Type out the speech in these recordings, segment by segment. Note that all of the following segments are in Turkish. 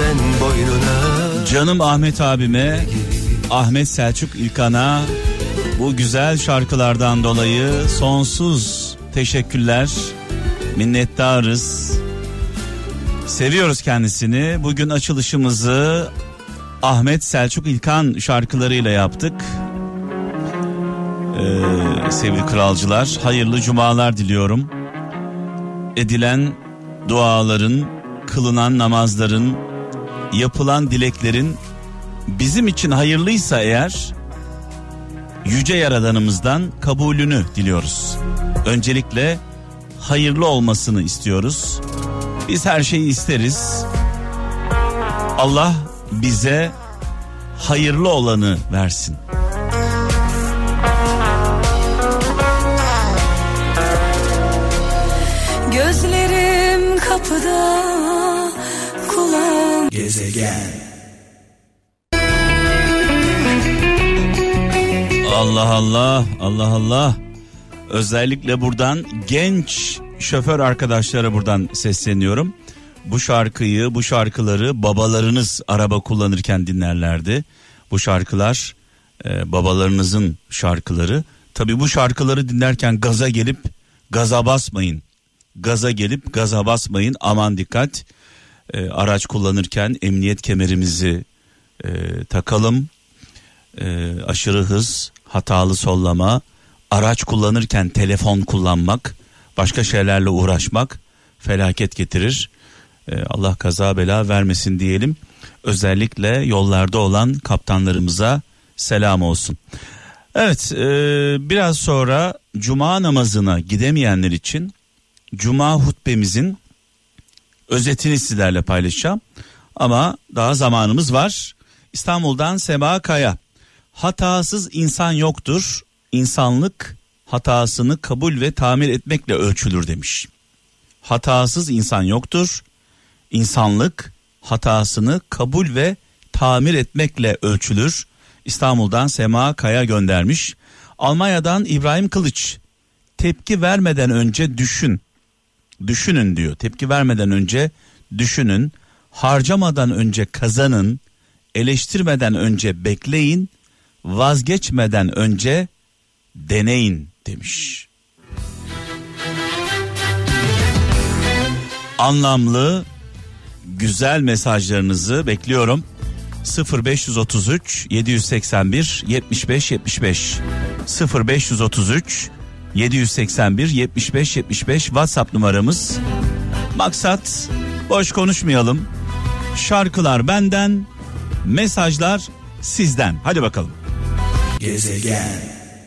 sen boynuna. Canım Ahmet abime, Ahmet Selçuk İlkan'a bu güzel şarkılardan dolayı sonsuz teşekkürler, minnettarız. Seviyoruz kendisini. Bugün açılışımızı Ahmet Selçuk İlkan şarkılarıyla yaptık. Sevgili kralcılar, hayırlı cumalar diliyorum. Edilen duaların, kılınan namazların, yapılan dileklerin bizim için hayırlıysa eğer Yüce Yaradanımızdan kabulünü diliyoruz. Öncelikle hayırlı olmasını istiyoruz. Biz her şeyi isteriz. Allah bize hayırlı olanı versin. Gözlerim kapıda, kulağım Gezegen. Allah Allah, Allah Allah. Özellikle buradan genç şoför arkadaşlara buradan sesleniyorum. Bu şarkıyı, bu şarkıları babalarınız araba kullanırken dinlerlerdi. Bu şarkılar babalarınızın şarkıları. Tabii bu şarkıları dinlerken gaza gelip gaza basmayın. Gaza gelip gaza basmayın. Aman dikkat. Araç kullanırken emniyet kemerimizi takalım. Aşırı hız, hatalı sollama, araç kullanırken telefon kullanmak, başka şeylerle uğraşmak felaket getirir. Allah kaza bela vermesin diyelim. Özellikle yollarda olan kaptanlarımıza selam olsun. Evet, biraz sonra cuma namazına gidemeyenler için cuma hutbemizin özetini sizlerle paylaşacağım. Ama daha zamanımız var. İstanbul'dan Sema Kaya. Hatasız insan yoktur. İnsanlık hatasını kabul ve tamir etmekle ölçülür demiş. Hatasız insan yoktur. İnsanlık hatasını kabul ve tamir etmekle ölçülür. İstanbul'dan Sema Kaya göndermiş. Almanya'dan İbrahim Kılıç. Tepki vermeden önce düşünün diyor. Tepki vermeden önce düşünün. Harcamadan önce kazanın. Eleştirmeden önce bekleyin. Vazgeçmeden önce deneyin demiş. Anlamlı, güzel mesajlarınızı bekliyorum. 0533 781 75 75 0533 781 75 75 WhatsApp numaramız. Maksat boş konuşmayalım. Şarkılar benden, mesajlar sizden. Hadi bakalım. Gezegen.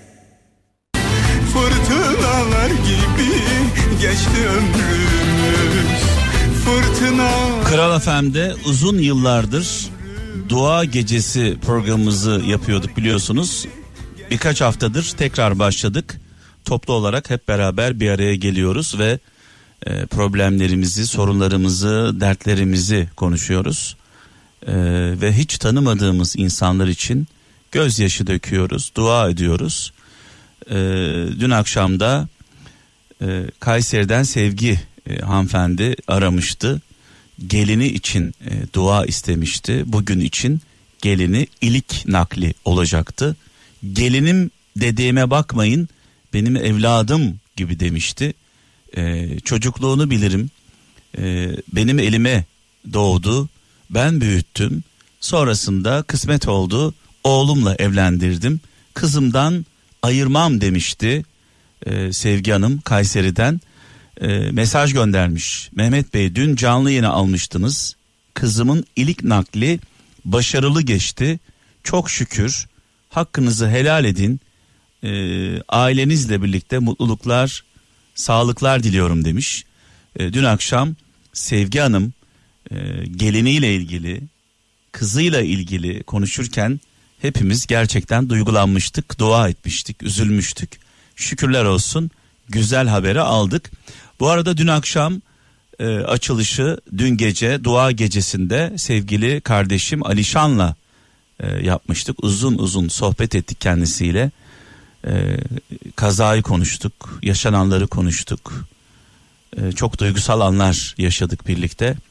Fırtınalar gibi geçti ömrümüz. Fırtına. Kral FM'de uzun yıllardır dua gecesi programımızı yapıyorduk biliyorsunuz. Birkaç haftadır tekrar başladık. Toplu olarak hep beraber bir araya geliyoruz ve problemlerimizi, sorunlarımızı, dertlerimizi konuşuyoruz. Ve hiç tanımadığımız insanlar için gözyaşı döküyoruz, dua ediyoruz. Dün akşam da Kayseri'den Sevgi hanımefendi aramıştı. Gelini için dua istemişti. Bugün için gelini ilik nakli olacaktı. Gelinim dediğime bakmayın, benim evladım gibi demişti. Çocukluğunu bilirim. Benim elime doğdu. Ben büyüttüm. Sonrasında kısmet oldu. Oğlumla evlendirdim. Kızımdan ayırmam demişti. Sevgi Hanım Kayseri'den mesaj göndermiş. Mehmet Bey, dün canlı yayına almıştınız. Kızımın ilik nakli başarılı geçti. Çok şükür. Hakkınızı helal edin. Ailenizle birlikte mutluluklar, sağlıklar diliyorum demiş. Dün akşam Sevgi Hanım geliniyle ilgili, kızıyla ilgili konuşurken hepimiz gerçekten duygulanmıştık, dua etmiştik, üzülmüştük. Şükürler olsun, güzel haberi aldık. Bu arada dün akşam açılışı, dün gece dua gecesinde sevgili kardeşim Alişan'la yapmıştık. Uzun uzun sohbet ettik kendisiyle. Kazayı konuştuk, yaşananları konuştuk. Çok duygusal anlar yaşadık birlikte.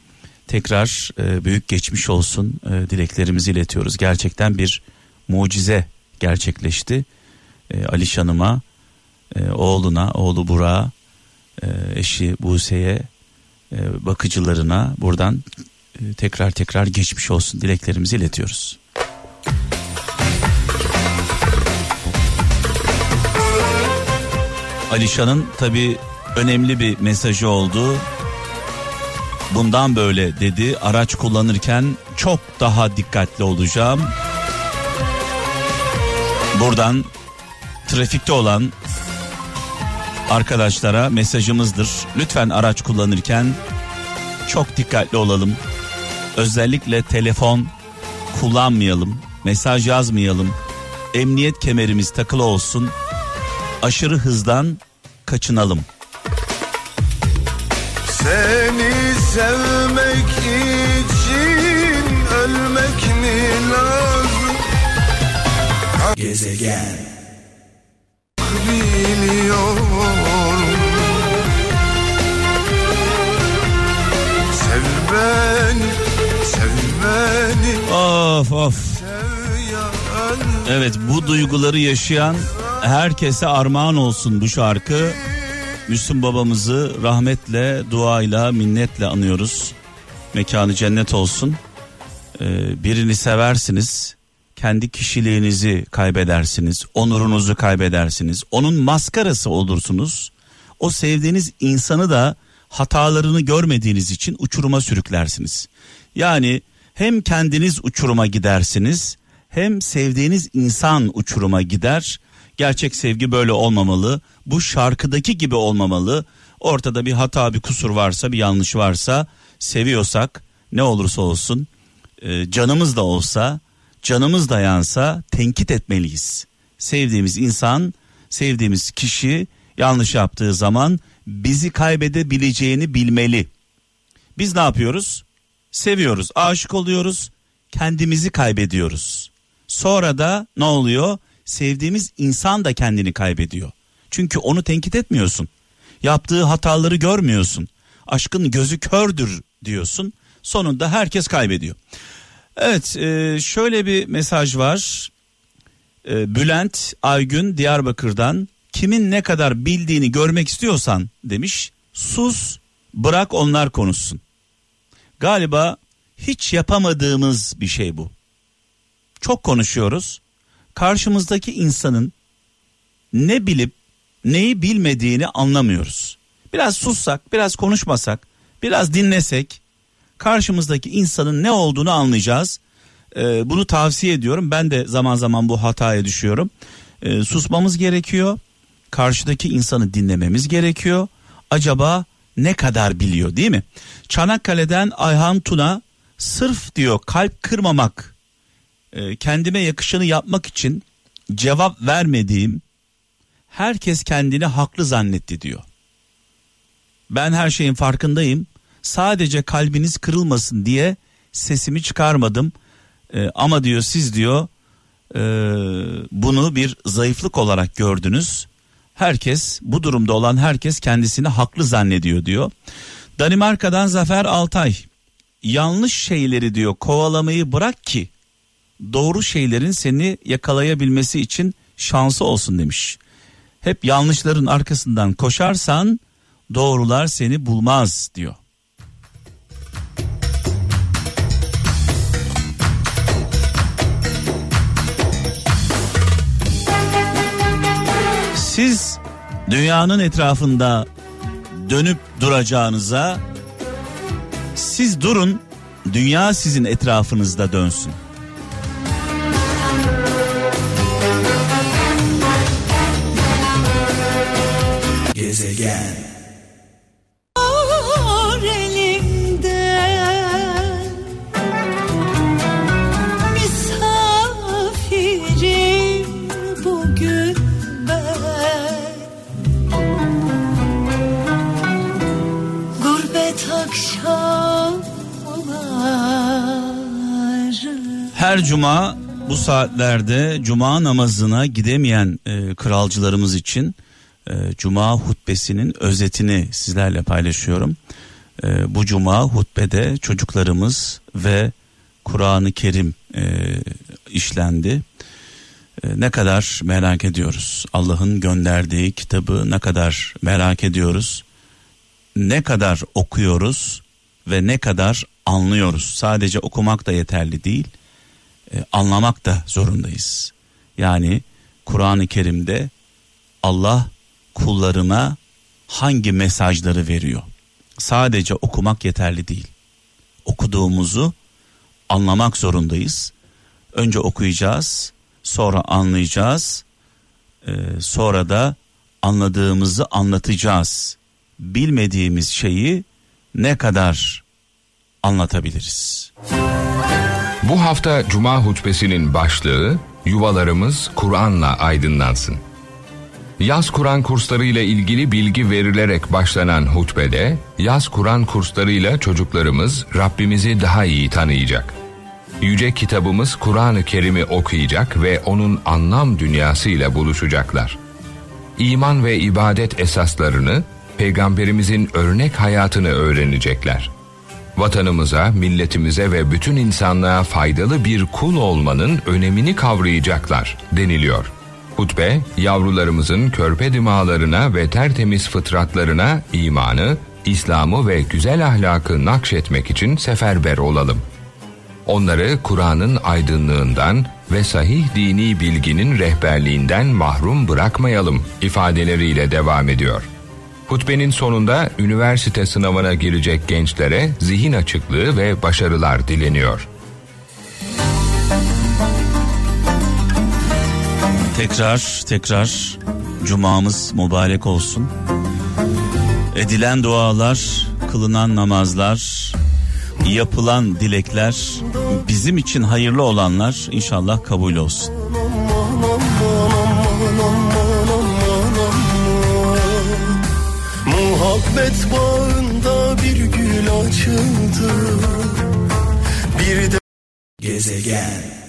tekrar büyük geçmiş olsun dileklerimizi iletiyoruz. Gerçekten bir mucize gerçekleşti. Alişan'ıma, oğluna, oğlu Burak'a, eşi Buse'ye, bakıcılarına buradan tekrar geçmiş olsun dileklerimizi iletiyoruz. Alişan'ın tabii önemli bir mesajı oldu. Bundan böyle dedi, araç kullanırken çok daha dikkatli olacağım. Buradan trafikte olan arkadaşlara mesajımızdır. Lütfen araç kullanırken çok dikkatli olalım. Özellikle telefon kullanmayalım, mesaj yazmayalım. Emniyet kemerimiz takılı olsun. Aşırı hızdan kaçınalım. Seni sevmek için ölmek mi lazım? Gezegen. Biliyorum. Sev beni, sev beni. Of. Evet, bu duyguları yaşayan herkese armağan olsun bu şarkı. Müslüm babamızı rahmetle, duayla, minnetle anıyoruz. Mekanı cennet olsun. Birini seversiniz, kendi kişiliğinizi kaybedersiniz, onurunuzu kaybedersiniz. Onun maskarası olursunuz. O sevdiğiniz insanı da hatalarını görmediğiniz için uçuruma sürüklersiniz. Yani hem kendiniz uçuruma gidersiniz, hem sevdiğiniz insan uçuruma gider. Gerçek sevgi böyle olmamalı. Bu şarkıdaki gibi olmamalı. Ortada bir hata, bir kusur varsa, bir yanlış varsa, seviyorsak ne olursa olsun, canımız da olsa, canımız da yansa tenkit etmeliyiz. Sevdiğimiz insan, sevdiğimiz kişi yanlış yaptığı zaman bizi kaybedebileceğini bilmeli. Biz ne yapıyoruz? Seviyoruz, aşık oluyoruz, kendimizi kaybediyoruz. Sonra da ne oluyor? Sevdiğimiz insan da kendini kaybediyor. Çünkü onu tenkit etmiyorsun. Yaptığı hataları görmüyorsun. Aşkın gözü kördür diyorsun. Sonunda herkes kaybediyor. Evet, şöyle bir mesaj var. Bülent Aygün Diyarbakır'dan, kimin ne kadar bildiğini görmek istiyorsan demiş, sus, bırak onlar konuşsun. Galiba hiç yapamadığımız bir şey bu. Çok konuşuyoruz. Karşımızdaki insanın ne bilip neyi bilmediğini anlamıyoruz. Biraz sussak, biraz konuşmasak, biraz dinlesek karşımızdaki insanın ne olduğunu anlayacağız. Bunu tavsiye ediyorum. Ben de zaman zaman bu hataya düşüyorum. Susmamız gerekiyor. Karşıdaki insanı dinlememiz gerekiyor. Acaba ne kadar biliyor, değil mi? Çanakkale'den Ayhan Tuna, sırf diyor kalp kırmamak, kendime yakışanı yapmak için cevap vermediğim, herkes kendini haklı zannetti diyor. Ben her şeyin farkındayım. Sadece kalbiniz kırılmasın diye sesimi çıkarmadım. Ama diyor siz diyor bunu bir zayıflık olarak gördünüz. Herkes, bu durumda olan herkes kendisini haklı zannediyor diyor. Danimarka'dan Zafer Altay, yanlış şeyleri diyor kovalamayı bırak ki doğru şeylerin seni yakalayabilmesi için şansı olsun demiş. Hep yanlışların arkasından koşarsan doğrular seni bulmaz diyor. Siz dünyanın etrafında dönüp duracağınıza siz durun, dünya sizin etrafınızda dönsün. Gezegen. Her cuma bu saatlerde cuma namazına gidemeyen kralcılarımız için cuma hutbesinin özetini sizlerle paylaşıyorum. Bu cuma hutbede çocuklarımız ve Kur'an-ı Kerim işlendi. Ne kadar merak ediyoruz. Allah'ın gönderdiği kitabı ne kadar merak ediyoruz. Ne kadar okuyoruz ve ne kadar anlıyoruz. Sadece okumak da yeterli değil. Anlamak da zorundayız. Yani Kur'an-ı Kerim'de Allah kullarına hangi mesajları veriyor? Sadece okumak yeterli değil. Okuduğumuzu anlamak zorundayız. Önce okuyacağız, sonra anlayacağız, sonra da anladığımızı anlatacağız. Bilmediğimiz şeyi ne kadar anlatabiliriz? Bu hafta Cuma hutbesinin başlığı yuvalarımız Kur'an'la aydınlansın. Yaz Kur'an kurslarıyla ilgili bilgi verilerek başlanan hutbede, yaz Kur'an kurslarıyla çocuklarımız Rabbimizi daha iyi tanıyacak. Yüce kitabımız Kur'an-ı Kerim'i okuyacak ve onun anlam dünyasıyla buluşacaklar. İman ve ibadet esaslarını, Peygamberimizin örnek hayatını öğrenecekler. Vatanımıza, milletimize ve bütün insanlığa faydalı bir kul olmanın önemini kavrayacaklar deniliyor. Hutbe, yavrularımızın körpe dimağlarına ve tertemiz fıtratlarına imanı, İslam'ı ve güzel ahlakı nakşetmek için seferber olalım. Onları Kur'an'ın aydınlığından ve sahih dini bilginin rehberliğinden mahrum bırakmayalım ifadeleriyle devam ediyor. Hutbenin sonunda üniversite sınavına girecek gençlere zihin açıklığı ve başarılar dileniyor. Tekrar cumamız mübarek olsun. Edilen dualar, kılınan namazlar, yapılan dilekler, bizim için hayırlı olanlar inşallah kabul olsun. Muhabbet bağında bir gül açıldı. Bir de Gezegen.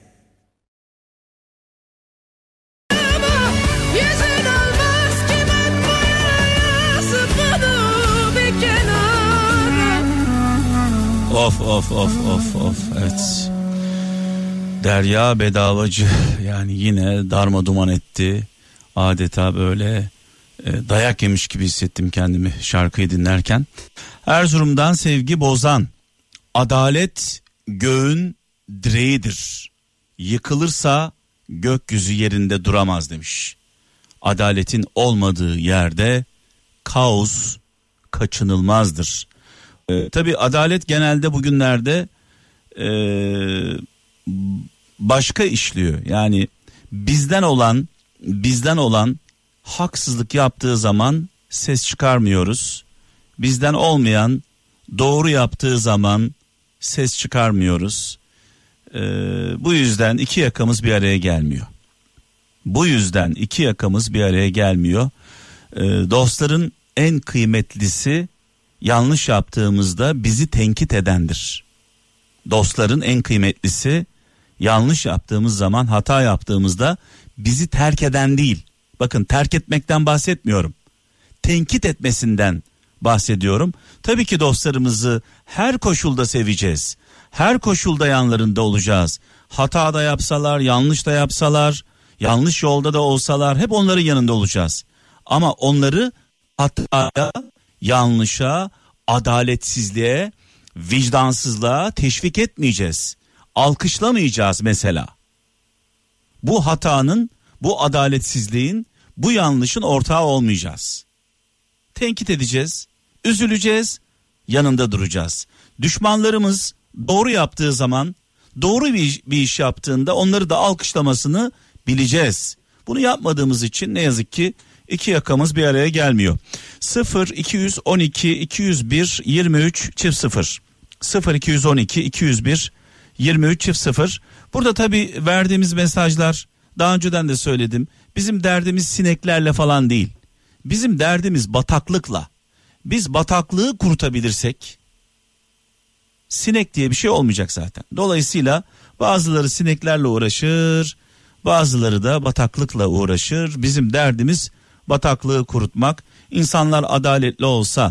Of evet. Derya Bedavacı yani yine darma duman etti. Adeta böyle dayak yemiş gibi hissettim kendimi şarkıyı dinlerken. Erzurum'dan Sevgi Bozan. Adalet göğün direğidir. Yıkılırsa gökyüzü yerinde duramaz demiş. Adaletin olmadığı yerde kaos kaçınılmazdır. Tabii adalet genelde bugünlerde başka işliyor. Yani bizden olan haksızlık yaptığı zaman ses çıkarmıyoruz. Bizden olmayan doğru yaptığı zaman ses çıkarmıyoruz. Bu yüzden iki yakamız bir araya gelmiyor. Dostların en kıymetlisi yanlış yaptığımızda bizi tenkit edendir. Dostların en kıymetlisi yanlış yaptığımız zaman, hata yaptığımızda bizi terk eden değil. Bakın, terk etmekten bahsetmiyorum. Tenkit etmesinden bahsediyorum. Tabii ki dostlarımızı her koşulda seveceğiz. Her koşulda yanlarında olacağız. Hata da yapsalar, yanlış da yapsalar, yanlış yolda da olsalar hep onların yanında olacağız. Ama onları hataya, yanlışa, adaletsizliğe, vicdansızlığa teşvik etmeyeceğiz. Alkışlamayacağız mesela. Bu hatanın, bu adaletsizliğin, bu yanlışın ortağı olmayacağız. Tenkit edeceğiz, üzüleceğiz, yanında duracağız. Düşmanlarımız doğru yaptığı zaman, doğru bir iş yaptığında onları da alkışlamasını bileceğiz. Bunu yapmadığımız için ne yazık ki iki yakamız bir araya gelmiyor. 0212 201 23 0 0212 201 23 0. Burada tabii verdiğimiz mesajlar, daha önceden de söyledim, bizim derdimiz sineklerle falan değil. Bizim derdimiz bataklıkla. Biz bataklığı kurutabilirsek sinek diye bir şey olmayacak zaten. Dolayısıyla bazıları sineklerle uğraşır, bazıları da bataklıkla uğraşır. Bizim derdimiz bataklığı kurutmak. İnsanlar adaletli olsa,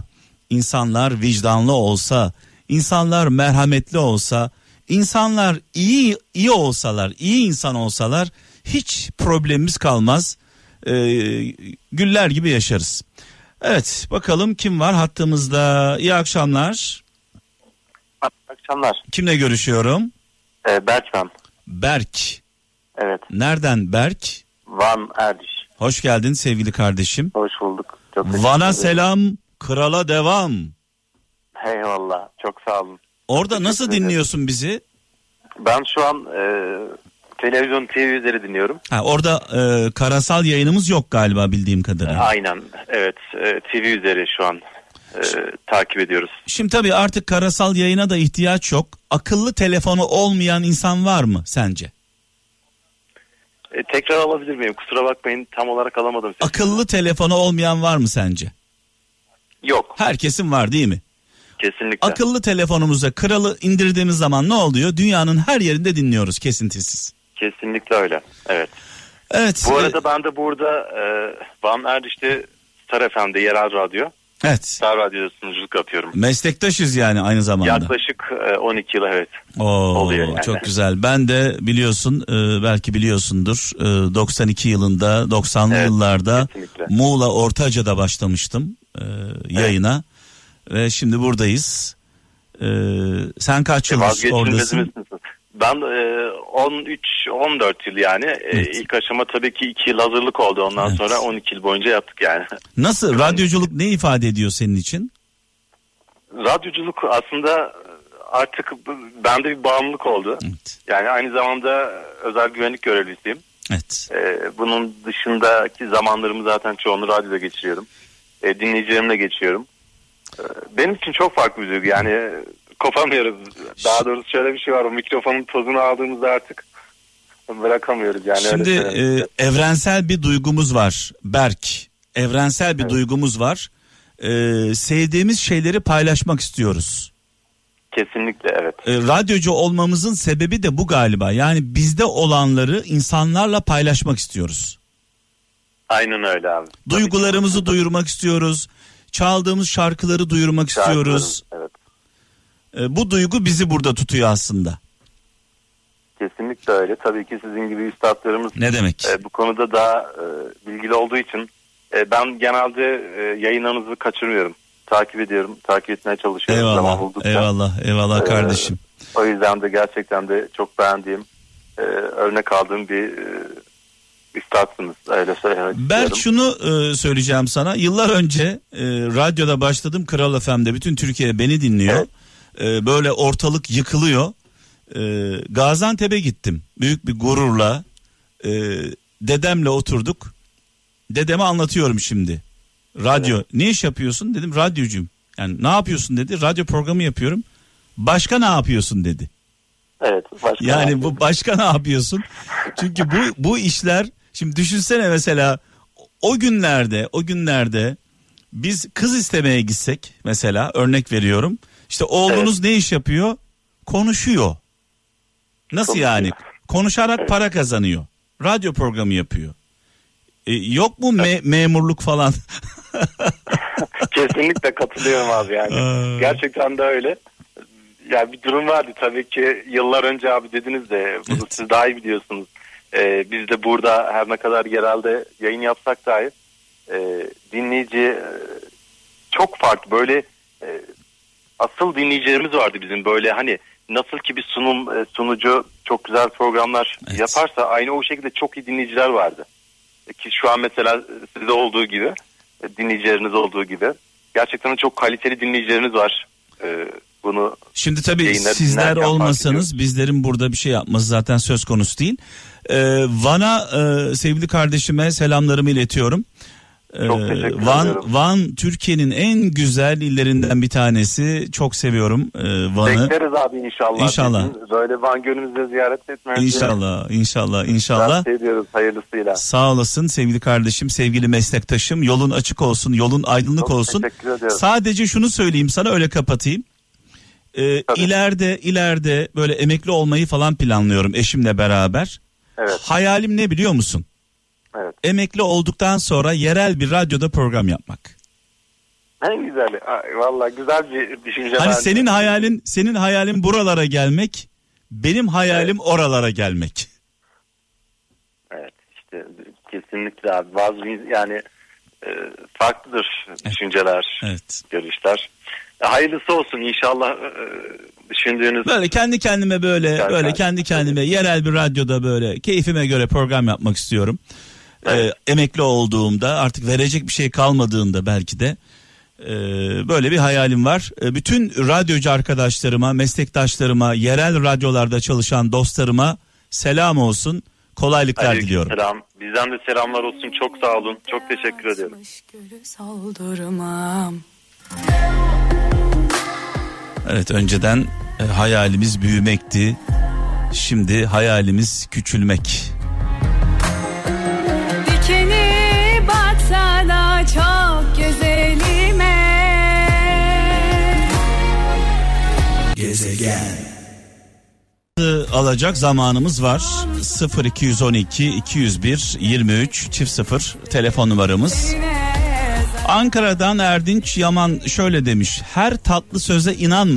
insanlar vicdanlı olsa, insanlar merhametli olsa, insanlar iyi olsalar, iyi insan olsalar hiç problemimiz kalmaz. Güller gibi yaşarız. Evet, bakalım kim var hattımızda. İyi akşamlar. İyi akşamlar. Kimle görüşüyorum? Berk ben. Berk. Evet. Nereden Berk? Van Erdiş. Hoş geldin sevgili kardeşim. Hoş bulduk. Çok Van'a selam, krala devam. Eyvallah. Çok sağ olun. Orada nasıl dinliyorsun bizi? Ben şu an televizyon TV üzeri dinliyorum. Orada karasal yayınımız yok galiba bildiğim kadarıyla. Aynen. Evet. TV üzeri şu an takip ediyoruz. Şimdi tabii artık karasal yayına da ihtiyaç yok. Akıllı telefonu olmayan insan var mı sence? Tekrar alabilir miyim? Kusura bakmayın, tam olarak alamadım. Akıllı telefonu olmayan var mı sence? Yok. Herkesin var değil mi? Kesinlikle. Akıllı telefonumuza kralı indirdiğimiz zaman ne oluyor? Dünyanın her yerinde dinliyoruz kesintisiz. Kesinlikle öyle. Evet. Evet. Bu arada ben de burada Van Erdiş'te Star FM'de yerel radyo. Evet. Star Radyo'da sunuculuk yapıyorum. Meslektaşız yani aynı zamanda. Yaklaşık 12 yıl evet. Oo, oluyor yani. Çok güzel. Ben de biliyorsun belki biliyorsundur 92 yılında 90'lı yıllarda kesinlikle. Muğla Ortaca'da başlamıştım yayına ve şimdi buradayız. Sen kaç yıldır oradasın? Ben 13-14 yıl yani. Evet. İlk aşama tabii ki 2 yıl hazırlık oldu. Ondan sonra 12 yıl boyunca yaptık yani. Nasıl? Radyoculuk ne ifade ediyor senin için? Radyoculuk aslında artık bende bir bağımlılık oldu. Evet. Yani aynı zamanda özel güvenlik görevlisiyim. Evet. Bunun dışındaki zamanlarımı zaten çoğunu radyoda geçiriyorum. Dinleyicilerimle geçiyorum. Benim için çok farklı bir duygu. Yani kopamıyoruz. Daha doğrusu şöyle bir şey var. O mikrofonun tozunu aldığımızda artık bırakamıyoruz. Yani şimdi evrensel bir duygumuz var Berk. Evrensel bir duygumuz var. Sevdiğimiz şeyleri paylaşmak istiyoruz. Kesinlikle evet. Radyocu olmamızın sebebi de bu galiba. Yani bizde olanları insanlarla paylaşmak istiyoruz. Aynen öyle abi. Duygularımızı duyurmak istiyoruz. Çaldığımız şarkıları duyurmak istiyoruz. Evet. Bu duygu bizi burada tutuyor aslında. Kesinlikle öyle. Tabii ki sizin gibi üstadlarımız ne demek? Bu konuda daha bilgili olduğu için ben genelde yayınlarınızı kaçırmıyorum. Takip ediyorum. Takip etmeye çalışıyorum. Eyvallah. Eyvallah kardeşim. O yüzden de gerçekten de çok beğendiğim, örnek aldığım bir üstadsınız. Öyle söylemek istiyorum. Berk şunu söyleyeceğim sana. Yıllar önce radyoda başladım. Kral FM'de bütün Türkiye beni dinliyor. Evet. Böyle ortalık yıkılıyor. Gaziantep'e gittim. Büyük bir gururla dedemle oturduk. Dedeme anlatıyorum şimdi. Radyo. Evet. Ne iş yapıyorsun? Dedim radyocuyum. Yani ne yapıyorsun dedi. Radyo programı yapıyorum. Başka ne yapıyorsun dedi. Evet. Yani bu başka ne yapıyorsun? Çünkü bu işler şimdi düşünsene mesela o günlerde biz kız istemeye gitsek mesela örnek veriyorum. İşte oğlunuz ne iş yapıyor? Konuşuyor. Nasıl yani? Konuşarak para kazanıyor. Radyo programı yapıyor. Yok mu memurluk falan? Kesinlikle katılıyorum abi yani. Gerçekten de öyle. Ya bir durum vardı tabii ki yıllar önce abi dediniz de bunu evet. Siz daha iyi biliyorsunuz. Biz de burada her ne kadar yerelde yayın yapsak dahi dinleyici çok farklı böyle asıl dinleyicilerimiz vardı bizim böyle hani nasıl ki bir sunucu çok güzel programlar evet. Yaparsa aynı o şekilde çok iyi dinleyiciler vardı. Ki şu an mesela sizde olduğu gibi dinleyicileriniz olduğu gibi gerçekten çok kaliteli dinleyicileriniz var. Bunu şimdi tabii sizler olmasanız bizlerin burada bir şey yapması zaten söz konusu değil. Van'a sevgili kardeşime selamlarımı iletiyorum. Çok teşekkür ederim. Van Türkiye'nin en güzel illerinden bir tanesi. Çok seviyorum Van'ı. Bekleriz abi inşallah. İnşallah. Böyle Van Gölü'nüzde ziyaret etmenizi. İnşallah. Ediyoruz hayırlısıyla. Sağ olasın sevgili kardeşim, sevgili meslektaşım. Yolun açık olsun, yolun aydınlık çok olsun. Sadece şunu söyleyeyim sana öyle kapatayım. İleride böyle emekli olmayı falan planlıyorum eşimle beraber. Evet. Hayalim ne biliyor musun? Evet. Emekli olduktan sonra yerel bir radyoda program yapmak. En güzeli. Vallahi güzel bir düşünce. Hani senin hayalin buralara gelmek, benim hayalim oralara gelmek. Evet işte kesinlikle abi. Bazı yani farklıdır düşünceler, görüşler. Hayırlısı olsun inşallah düşündüğünüz. Böyle kendi kendime kendi kendime yerel bir radyoda böyle keyfime göre program yapmak istiyorum. Evet. Emekli olduğumda artık verecek bir şey kalmadığında belki de böyle bir hayalim var. Bütün radyocu arkadaşlarıma, meslektaşlarıma, yerel radyolarda çalışan dostlarıma selam olsun. Kolaylıklar diliyorum. Selam. Bizden de selamlar olsun. Çok sağ olun. Çok teşekkür ediyorum. Evet, önceden hayalimiz büyümekti. Şimdi hayalimiz küçülmek. Dikeni baksana çok güzelime. Gezegen. Alacak zamanımız var. 0212 201 23 0 telefon numaramız. Ankara'dan Erdinç Yaman şöyle demiş: her tatlı söze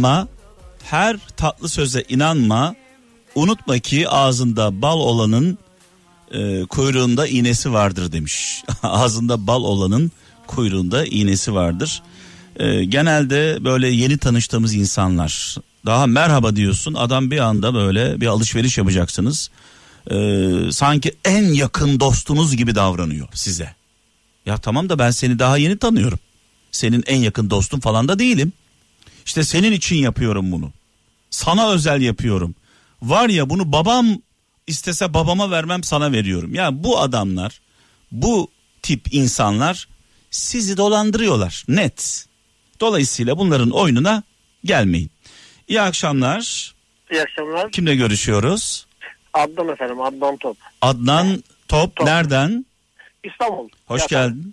inanma, unutma ki ağzında bal olanın kuyruğunda iğnesi vardır demiş. Ağzında bal olanın kuyruğunda iğnesi vardır. Genelde böyle yeni tanıştığımız insanlar, daha merhaba diyorsun, adam bir anda böyle bir alışveriş yapacaksınız. Sanki en yakın dostunuz gibi davranıyor size. Ya tamam da ben seni daha yeni tanıyorum. Senin en yakın dostun falan da değilim. İşte senin için yapıyorum bunu. Sana özel yapıyorum. Var ya, bunu babam istese babama vermem, sana veriyorum. Ya bu adamlar, bu tip insanlar sizi dolandırıyorlar net. Dolayısıyla bunların oyununa gelmeyin. İyi akşamlar. İyi akşamlar. Kimle görüşüyoruz? Adnan efendim, Adnan Top. Adnan Top. Nereden? İstanbul. Hoş geldin.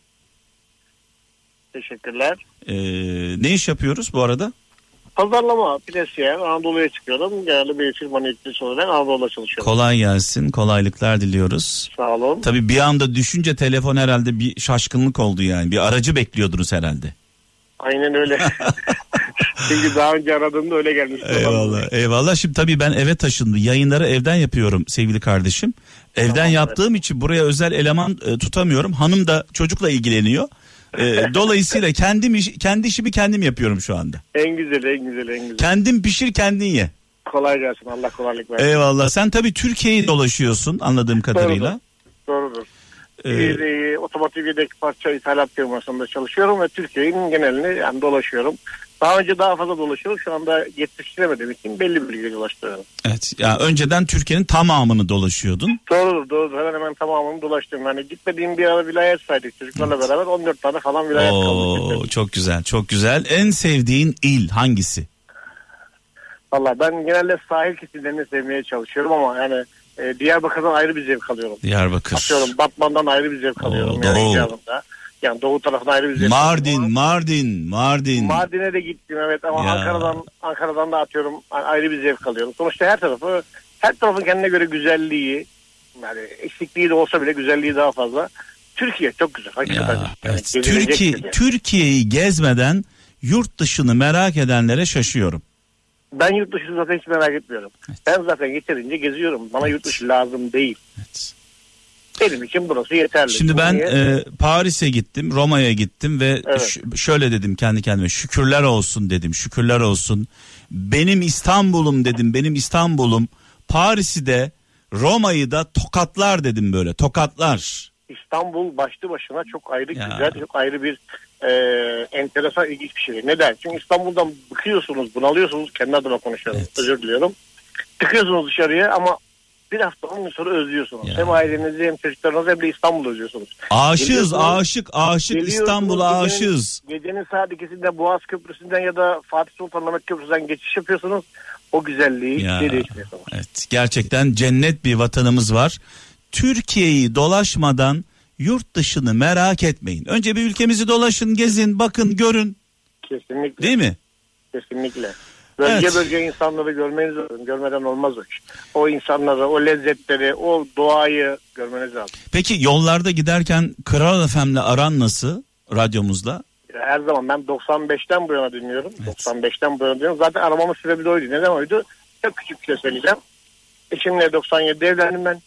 Teşekkürler. Ne iş yapıyoruz bu arada? Pazarlama, plesiyer, Anadolu'ya çıkıyorum. Genelde bir firmanın yetkilisi olarak Anadolu'da çalışıyorum. Kolay gelsin, kolaylıklar diliyoruz. Sağ olun. Tabii bir anda düşünce telefon herhalde bir şaşkınlık oldu yani. Bir aracı bekliyordunuz herhalde. Aynen öyle. Çünkü daha önce aradığımda öyle gelmişti. Eyvallah. Şimdi tabii ben eve taşındım. Yayınları evden yapıyorum sevgili kardeşim. Evden yaptığım için buraya özel eleman tutamıyorum. Hanım da çocukla ilgileniyor. Dolayısıyla kendi işimi kendim yapıyorum şu anda. En güzel. Kendin pişir, kendin ye. Kolay gelsin. Allah kolaylık versin. Eyvallah. Sen tabii Türkiye'yi dolaşıyorsun anladığım kadarıyla. Doğrudur. Otomotiv yedek parça ithalat firmasında çalışıyorum ve Türkiye'nin genelini yani dolaşıyorum. Daha önce daha fazla dolaşıyorum. Şu anda yetiştiremediğim için belli bir bilgiye dolaştırıyorum. Evet. Ya önceden Türkiye'nin tamamını dolaşıyordun. Doğrudur. Hemen tamamını dolaştım. Yani gitmediğim bir ara vilayet saydık çocuklarla beraber 14 tane falan vilayet kaldı. Çok güzel. En sevdiğin il hangisi? Valla ben genelde sahil kesimlerini sevmeye çalışıyorum ama yani Diyarbakır'dan ayrı bir zevk alıyorum. Diyarbakır. Atıyorum Batman'dan ayrı bir zevk alıyorum. Yani doğu tarafına ayrı bir zevk alıyorum. Mardin. Mardin'e de gittim evet ama Ankara'dan da atıyorum ayrı bir zevk alıyorum. Sonuçta her tarafın kendine göre güzelliği, yani eksikliği de olsa bile güzelliği daha fazla. Türkiye çok güzel. Hakikaten. Evet. Türkiye'yi gezmeden yurt dışını merak edenlere şaşıyorum. Ben yurt dışını zaten hiç merak etmiyorum. Evet. Ben zaten yeterince geziyorum. Bana yurt dışı lazım değil. Evet. Benim için burası yeterli. Şimdi ben Paris'e gittim, Roma'ya gittim ve şöyle dedim kendi kendime: şükürler olsun dedim, şükürler olsun. Benim İstanbul'um dedim, benim İstanbul'um Paris'i de Roma'yı da tokatlar dedim, böyle tokatlar. İstanbul başlı başına çok ayrı güzel, çok ayrı bir enteresan, ilginç bir şey. Neden? Çünkü İstanbul'dan bıkıyorsunuz, bunalıyorsunuz. Kendi adıma konuşuyorum. Evet. Özür diliyorum. Çıkıyorsunuz dışarıya ama bir hafta 10 gün sonra özlüyorsunuz. Hem ailenizi hem çocuklarınızı hem de İstanbul'u özlüyorsunuz. Aşık İstanbul'a aşığız. Gecenin saat 2'sinde Boğaz Köprüsü'nden ya da Fatih Sultan Mehmet Köprüsü'nden geçiş yapıyorsunuz. O güzelliği değiştiriyorsunuz. Evet, gerçekten cennet bir vatanımız var. Türkiye'yi dolaşmadan yurt dışını merak etmeyin. Önce bir ülkemizi dolaşın, gezin, bakın, görün. Kesinlikle. Değil mi? Kesinlikle. Bölge insanları görmeniz lazım. Görmeden olmaz o iş. O insanları, o lezzetleri, o doğayı görmeniz lazım. Peki yollarda giderken Kral FM'le aran nasıl, radyomuzla? Her zaman ben 95'ten bu yana dinliyorum. Evet. 95'ten bu yana dinliyorum. Zaten aramamın sebebi de oydu. Neden oydu? Çok küçük bir şey söyleyeceğim. Eşimle 97'de evlendim ben.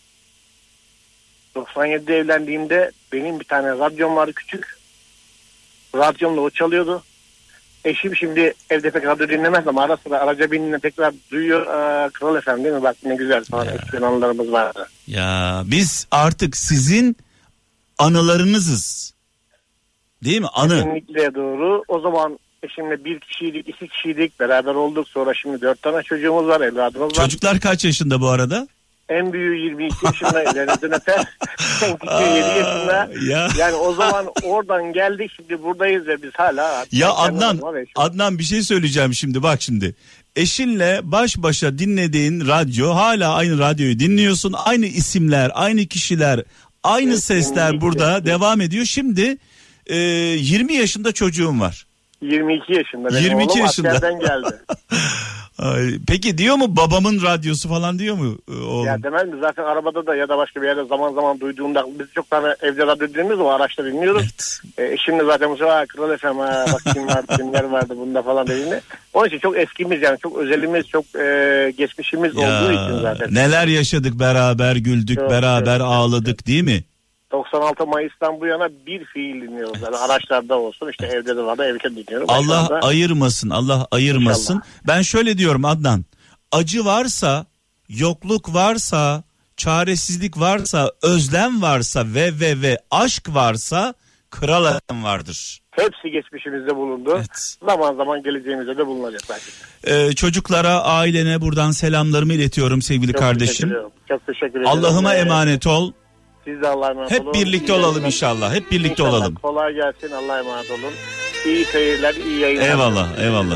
97'de evlendiğimde benim bir tane radyom vardı küçük. Radyomla o çalıyordu. Eşim şimdi evde pek radyo dinlemez ama ara sıra araca bindiğinde tekrar duyuyor. Kral FM değil mi? Bak ne güzel falan. Eskiden anılarımız vardı. Ya biz artık sizin anılarınızız. Değil mi? Anı. Kesinlikle doğru. O zaman eşimle 1 kişiydik, 2 kişiydik. Beraber olduk. Sonra şimdi 4 tane çocuğumuz var, evladımız var. Çocuklar kaç yaşında bu arada? En büyüğü 22 yaşında, ellerinizden öper. En küçüğü 7 yaşında. Ya. Yani o zaman oradan geldik, şimdi buradayız ve biz hala... Ya Adnan bir şey söyleyeceğim şimdi, bak şimdi. Eşinle baş başa dinlediğin radyo, hala aynı radyoyu dinliyorsun. Aynı isimler, aynı kişiler, aynı sesler burada devam ediyor. Şimdi 20 yaşında çocuğum var. 22 yaşında. Benim 22 oğlum yaşında. askerden geldi. Peki diyor mu babamın radyosu falan diyor mu oğlum? Ya demez mi? Zaten arabada da ya da başka bir yerde zaman zaman duyduğumda biz çok tane evde radyo dinliyoruz, o araçta dinliyoruz. Evet. Eşimle zaten bu sefer Kral FM bak kim vardı kimler vardı bunda falan dediğinde. Onun için çok eskimiz, yani çok özelimiz, çok geçmişimiz olduğu için zaten. Neler yaşadık beraber, güldük çok, beraber çok, ağladık değil mi? 96 Mayıs'tan bu yana bir fiil dinliyoruz. Yani araçlarda olsun, işte evde de var da evde dinliyorum. Allah ayırmasın, Allah ayırmasın. İnşallah. Ben şöyle diyorum Adnan. Acı varsa, yokluk varsa, çaresizlik varsa, özlem varsa ve aşk varsa Kral FM vardır. Hepsi geçmişimizde bulundu. Evet. Zaman zaman geleceğimizde de bulunacak belki. Çocuklara, ailene buradan selamlarımı iletiyorum sevgili kardeşim. Çok teşekkür ederim. Allah'ıma emanet ol. Siz de Allah'a emanet olun. Hep birlikte olalım inşallah. Hep birlikte olalım. Kolay gelsin. Allah'a emanet olun. İyi seyirler, iyi yayınlar. Eyvallah.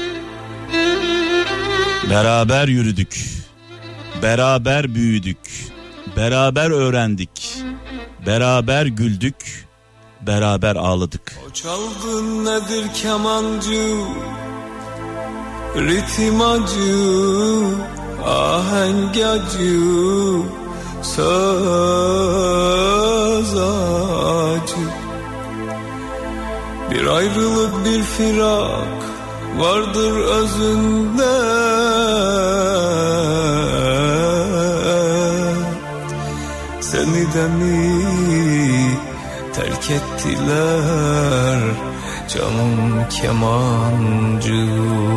Beraber yürüdük. Beraber büyüdük. Beraber öğrendik. Beraber güldük. Beraber ağladık. O çaldığın nedir kemancı? Ritim acı, ahenk acı, söz acı. Bir ayrılık, bir firak vardır özünde. Seni de mi terk ettiler canım kemancı?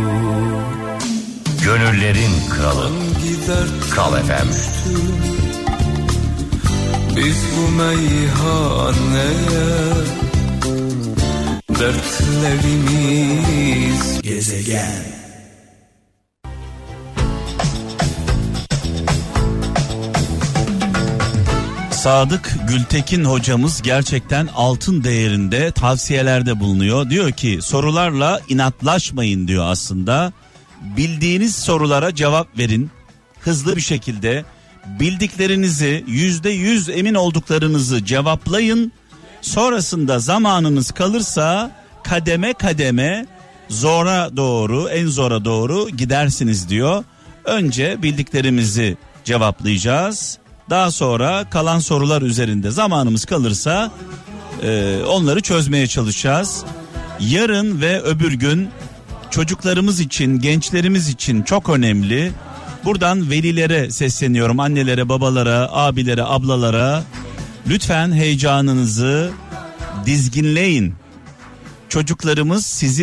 Gönüllerin kralı Kral FM. Biz bu meyhaneye dertlerimiz Gezegen. Sadık Gültekin hocamız gerçekten altın değerinde tavsiyelerde bulunuyor. Diyor ki sorularla inatlaşmayın diyor aslında. Bildiğiniz sorulara cevap verin. Hızlı bir şekilde bildiklerinizi, %100 emin olduklarınızı cevaplayın. Sonrasında zamanınız kalırsa kademe kademe zora doğru, en zora doğru gidersiniz diyor. Önce bildiklerimizi cevaplayacağız. Daha sonra kalan sorular üzerinde zamanımız kalırsa onları çözmeye çalışacağız. Yarın ve öbür gün çocuklarımız için, gençlerimiz için çok önemli. Buradan velilere sesleniyorum, annelere, babalara, abilere, ablalara. Lütfen heyecanınızı dizginleyin. Çocuklarımız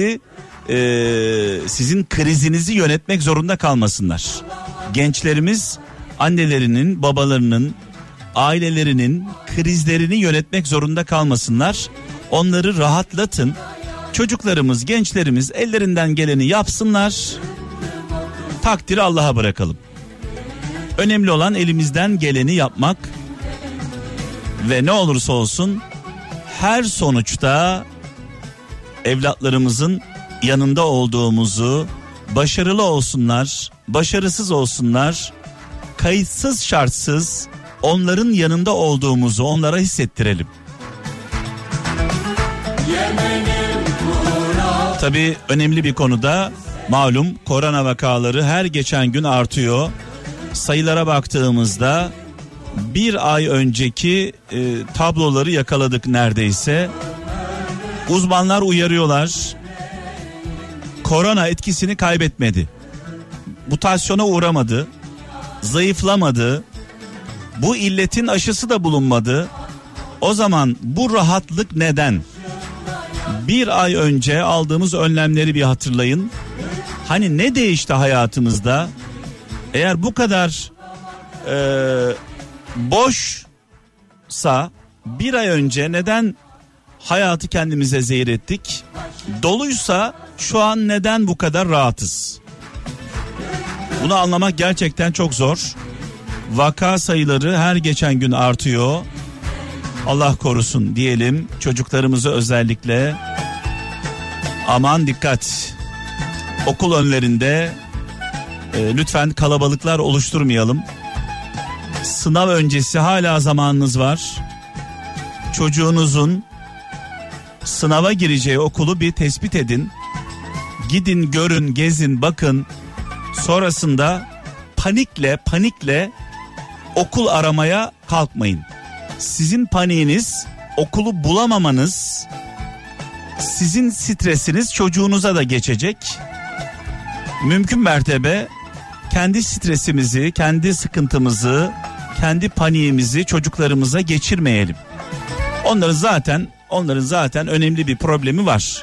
sizin krizinizi yönetmek zorunda kalmasınlar. Gençlerimiz annelerinin, babalarının, ailelerinin krizlerini yönetmek zorunda kalmasınlar. Onları rahatlatın. Çocuklarımız, gençlerimiz ellerinden geleni yapsınlar. Takdiri Allah'a bırakalım. Önemli olan elimizden geleni yapmak. Ve ne olursa olsun her sonuçta evlatlarımızın yanında olduğumuzu, başarılı olsunlar, başarısız olsunlar, kayıtsız şartsız onların yanında olduğumuzu onlara hissettirelim. Tabii önemli bir konuda malum korona vakaları her geçen gün artıyor. Sayılara baktığımızda bir ay önceki tabloları yakaladık neredeyse. Uzmanlar uyarıyorlar. Korona etkisini kaybetmedi. Mutasyona uğramadı. Zayıflamadı. Bu illetin aşısı da bulunmadı. O zaman bu rahatlık neden? Bir ay önce aldığımız önlemleri bir hatırlayın. Hani ne değişti hayatımızda? Eğer bu kadar boşsa bir ay önce neden hayatı kendimize zehir ettik? Doluysa şu an neden bu kadar rahatız? Bunu anlamak gerçekten çok zor. Vaka sayıları her geçen gün artıyor. Allah korusun diyelim çocuklarımızı özellikle. Aman dikkat. Okul önlerinde lütfen kalabalıklar oluşturmayalım. Sınav öncesi hala zamanınız var. Çocuğunuzun sınava gireceği okulu bir tespit edin. Gidin, görün, gezin, bakın. Sonrasında panikle okul aramaya kalkmayın. Sizin paniğiniz, okulu bulamamanız, sizin stresiniz çocuğunuza da geçecek. Mümkün mertebe kendi stresimizi, kendi sıkıntımızı, kendi paniğimizi çocuklarımıza geçirmeyelim. Onların zaten önemli bir problemi var.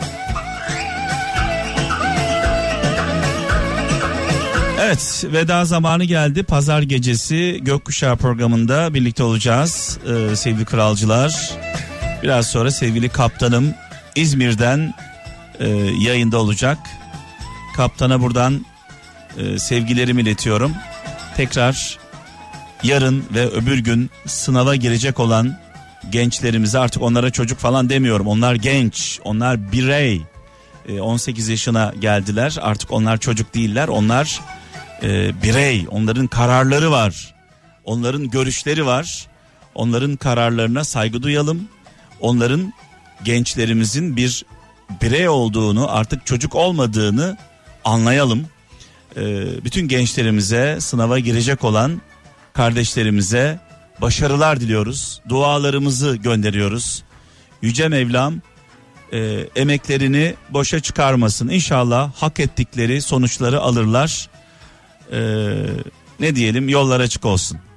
Evet, veda zamanı geldi. Pazar gecesi Gökkuşağı programında birlikte olacağız sevgili kralcılar. Biraz sonra sevgili kaptanım İzmir'den yayında olacak. Kaptana buradan sevgilerimi iletiyorum. Tekrar yarın ve öbür gün sınava girecek olan gençlerimize, artık onlara çocuk falan demiyorum. Onlar genç, onlar birey. 18 yaşına geldiler. Artık onlar çocuk değiller. Onlar birey. Onların kararları var. Onların görüşleri var. Onların kararlarına saygı duyalım. Onların, gençlerimizin bir birey olduğunu, artık çocuk olmadığını anlayalım. Bütün gençlerimize, sınava girecek olan kardeşlerimize başarılar diliyoruz. Dualarımızı gönderiyoruz. Yüce Mevlam emeklerini boşa çıkarmasın. İnşallah hak ettikleri sonuçları alırlar. Ne diyelim, yollar açık olsun.